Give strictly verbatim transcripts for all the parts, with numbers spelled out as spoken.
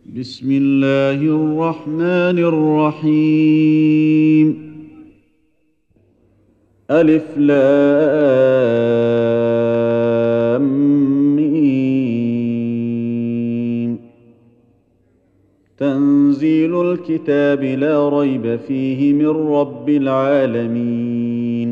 بسم الله الرحمن الرحيم. ألف لام ميم. تنزيل الكتاب لا ريب فيه من رب العالمين.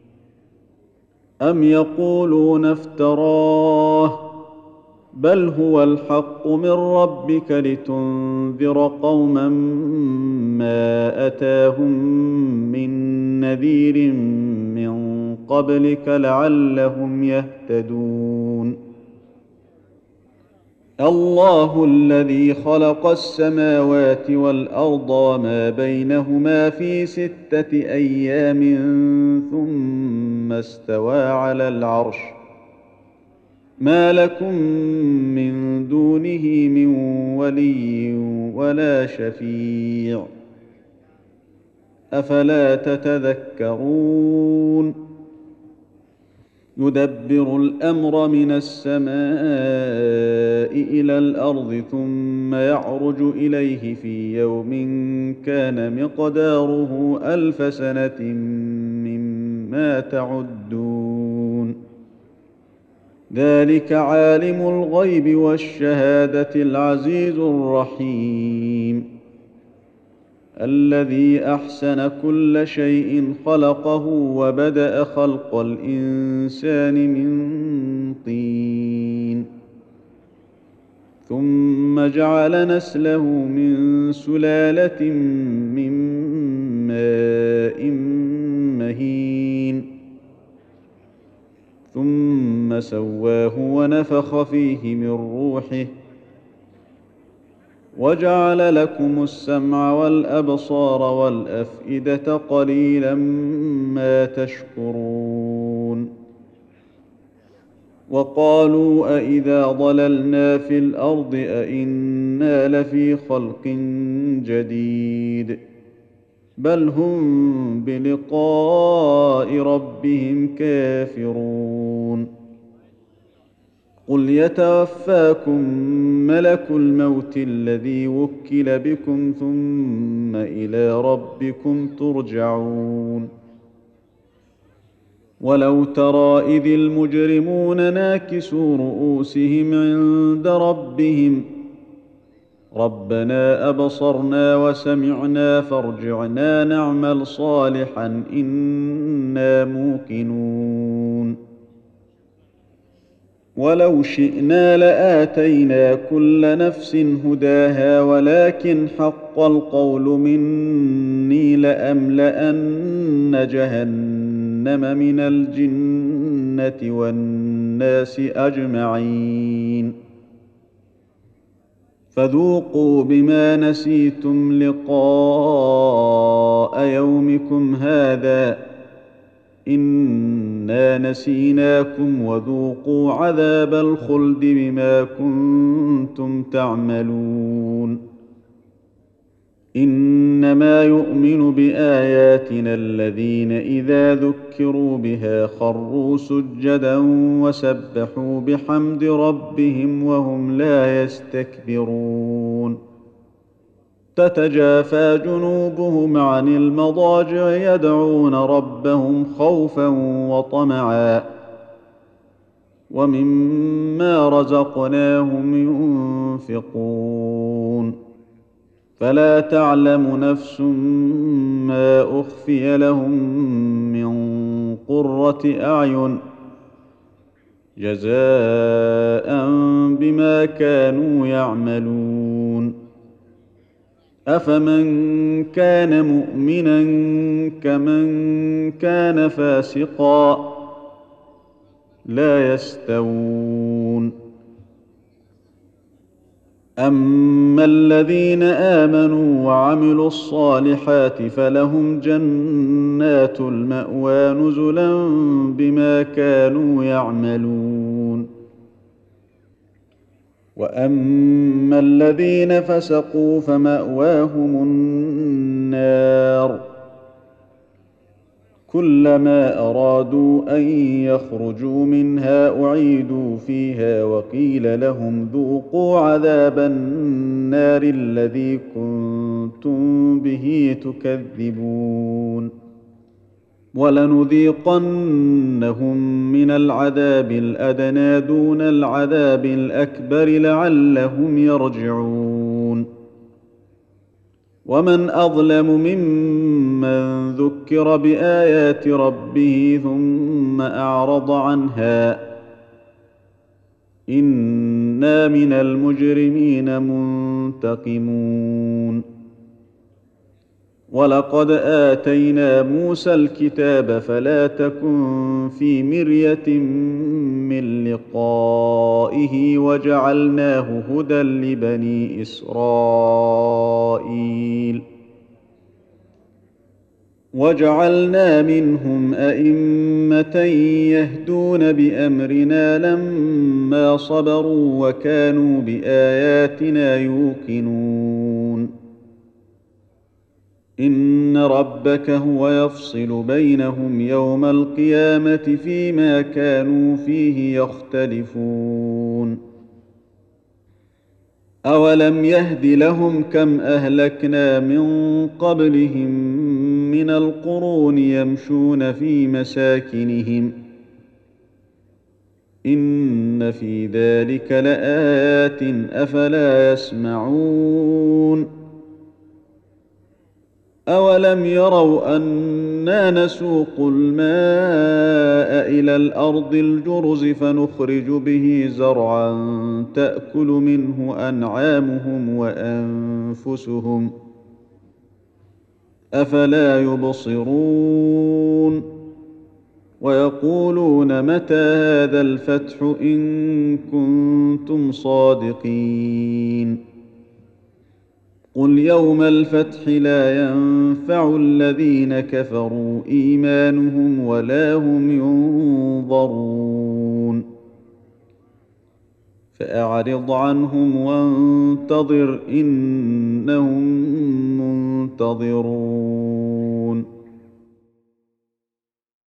أم يقولون افتراه بل هو الحق من ربك لتنذر قوما ما أتاهم من نذير من قبلك لعلهم يهتدون. الله الذي خلق السماوات والأرض وما بينهما في ستة أيام ثم استوى على العرش ما لكم من دونه من ولي ولا شفيع أفلا تتذكرون. يدبر الأمر من السماء إلى الأرض ثم يعرج إليه في يوم كان مقداره ألف سنة مما تعدون. ذلك عالم الغيب والشهادة العزيز الرحيم الذي أحسن كل شيء خلقه وبدأ خلق الإنسان من طين ثم جعل نسله من سلالة من ماء مهين ثم سواه ونفخ فيه من روحه وجعل لكم السمع والأبصار والأفئدة قليلا ما تشكرون. وقالوا أإذا ضللنا في الأرض أإنا لفي خلق جديد بل هم بلقاء ربهم كافرون. قل يتوفاكم ملك الموت الذي وكل بكم ثم إلى ربكم ترجعون. ولو ترى إذ المجرمون ناكسوا رؤوسهم عند ربهم ربنا أبصرنا وسمعنا فارجعنا نعمل صالحا إنا موقنون. ولو شئنا لآتينا كل نفس هداها ولكن حق القول مني لأملأن جهنم من الجنة والناس أجمعين فذوقوا بما نسيتم لقاء يومكم هذا إنا نسيناكم وذوقوا عذاب الخلد بما كنتم تعملون. إنما يؤمن بآياتنا الذين إذا ذكروا بها خروا سجدا وسبحوا بحمد ربهم وهم لا يستكبرون. تتجافى جنوبهم عن المضاجع يدعون ربهم خوفا وطمعا ومما رزقناهم ينفقون. فلا تعلم نفس ما أخفي لهم من قرة أعين جزاء بما كانوا يعملون. أفمن كان مؤمنا كمن كان فاسقا لا يستوون. أما الذين آمنوا وعملوا الصالحات فلهم جنات المأوى نزلا بما كانوا يعملون. وأما الذين فسقوا فمأواهم النار كلما ارادوا ان يخرجوا منها اعيدوا فيها وقيل لهم ذوقوا عذاب النار الذي كنتم به تكذبون ولنذيقنهم من العذاب الادنى دون العذاب الاكبر لعلهم يرجعون ومن اظلم ممن ذكر بايات ربه ثم اعرض عنها انا من المجرمين منتقمون ولقد اتينا موسى الكتاب فلا تكن في مريه من لقائه وجعلناه هدى لبني اسرائيل وجعلنا منهم ائمه يهدون بامرنا لما صبروا وكانوا باياتنا يوقنون ان ربك هو يفصل بينهم يوم القيامه فيما كانوا فيه يختلفون اولم يهد لهم كم اهلكنا من قبلهم من القرون يمشون في مساكنهم ان في ذلك لايات افلا يسمعون اولم يروا انا نسوق الماء الى الارض الجرز فنخرج به زرعا تاكل منه انعامهم وانفسهم افلا يبصرون ويقولون متى هذا الفتح ان كنتم صادقين قل يوم الفتح لا ينفع الذين كفروا ايمانهم ولا هم ينظرون فاعرض عنهم وانتظر انهم منتظرون